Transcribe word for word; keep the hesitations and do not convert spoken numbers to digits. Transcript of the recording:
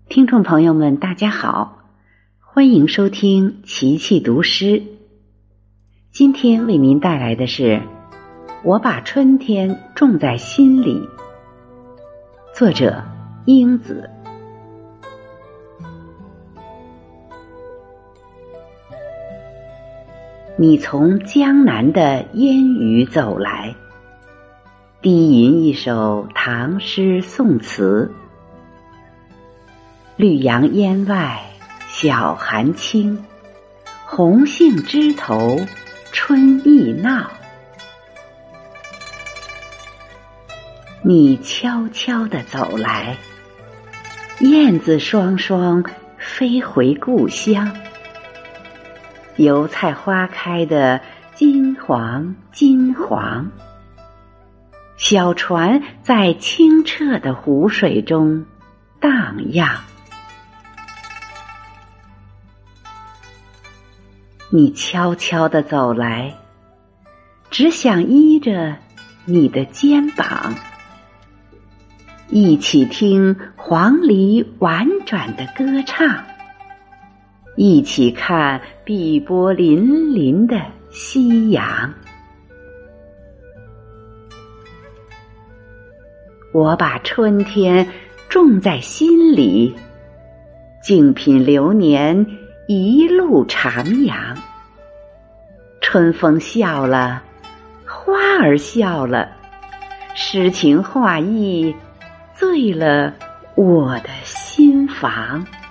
听众朋友们，大家好，欢迎收听琪琪读诗。今天为您带来的是我把春天种在心里，作者英子。你从江南的烟雨走来，低吟一首唐诗宋词。绿杨烟外晓寒轻，红杏枝头春意闹。你悄悄地走来，燕子双双飞回故乡。油菜花开得金黄金黄，小船在清澈的湖水中荡漾。你悄悄地走来，只想依着你的肩膀，一起听黄鹂婉转的歌唱，一起看碧波粼粼的夕阳。我把春天种在心里，静品流年一路徜徉。春风笑了，花儿笑了，诗情画意醉了我的心房。